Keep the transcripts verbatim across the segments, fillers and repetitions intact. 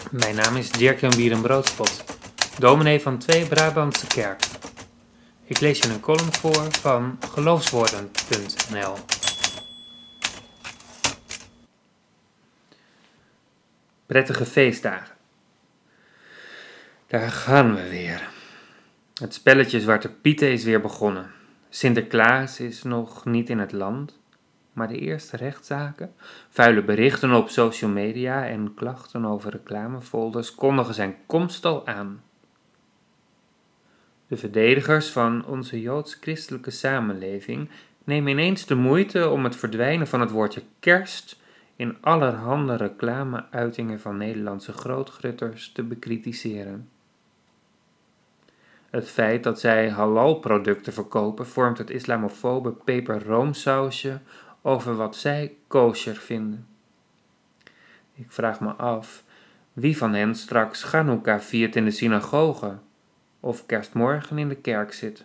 Mijn naam is Dirk-Jan Bierenbroodspot, dominee van Twee Brabantse Kerk. Ik lees je een column voor van geloofswoorden punt n l. Prettige feestdagen. Daar gaan we weer. Het spelletje Zwarte Pieten is weer begonnen. Sinterklaas is nog niet in het land, maar de eerste rechtszaken, vuile berichten op social media en klachten over reclamefolders kondigen zijn komst al aan. De verdedigers van onze joods-christelijke samenleving nemen ineens de moeite om het verdwijnen van het woordje kerst in allerhande reclame-uitingen van Nederlandse grootgrutters te bekritiseren. Het feit dat zij halal-producten verkopen vormt het islamofobe peper-roomsausje over wat zij kosher vinden. Ik vraag me af wie van hen straks Chanukka viert in de synagoge of kerstmorgen in de kerk zit.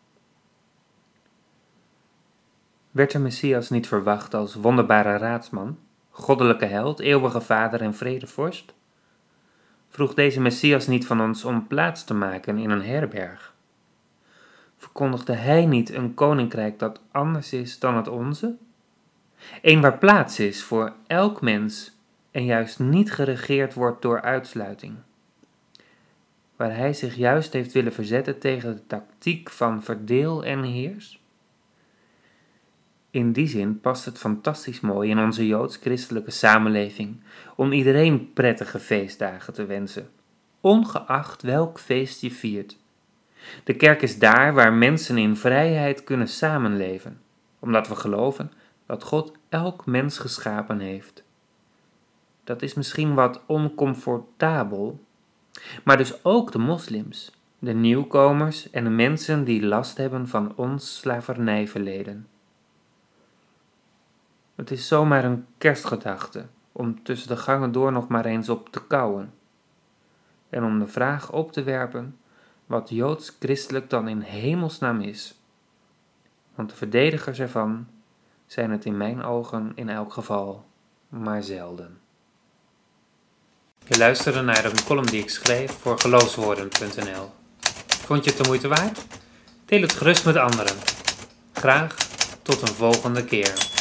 Werd de Messias niet verwacht als wonderbare raadsman, goddelijke held, eeuwige vader en vredevorst? Vroeg deze Messias niet van ons om plaats te maken in een herberg? Verkondigde hij niet een koninkrijk dat anders is dan het onze? Een waar plaats is voor elk mens en juist niet geregeerd wordt door uitsluiting. Waar hij zich juist heeft willen verzetten tegen de tactiek van verdeel en heers? In die zin past het fantastisch mooi in onze joods-christelijke samenleving om iedereen prettige feestdagen te wensen, ongeacht welk feest je viert. De kerk is daar waar mensen in vrijheid kunnen samenleven, omdat we geloven dat God elk mens geschapen heeft. Dat is misschien wat oncomfortabel, maar dus ook de moslims, de nieuwkomers en de mensen die last hebben van ons slavernijverleden. Het is zomaar een kerstgedachte om tussen de gangen door nog maar eens op te kauwen. En om de vraag op te werpen wat joods-christelijk dan in hemelsnaam is. Want de verdedigers ervan zijn het in mijn ogen in elk geval maar zelden. Je luisterde naar een column die ik schreef voor geloofswoorden punt n l. Vond je het de moeite waard? Deel het gerust met anderen. Graag tot een volgende keer.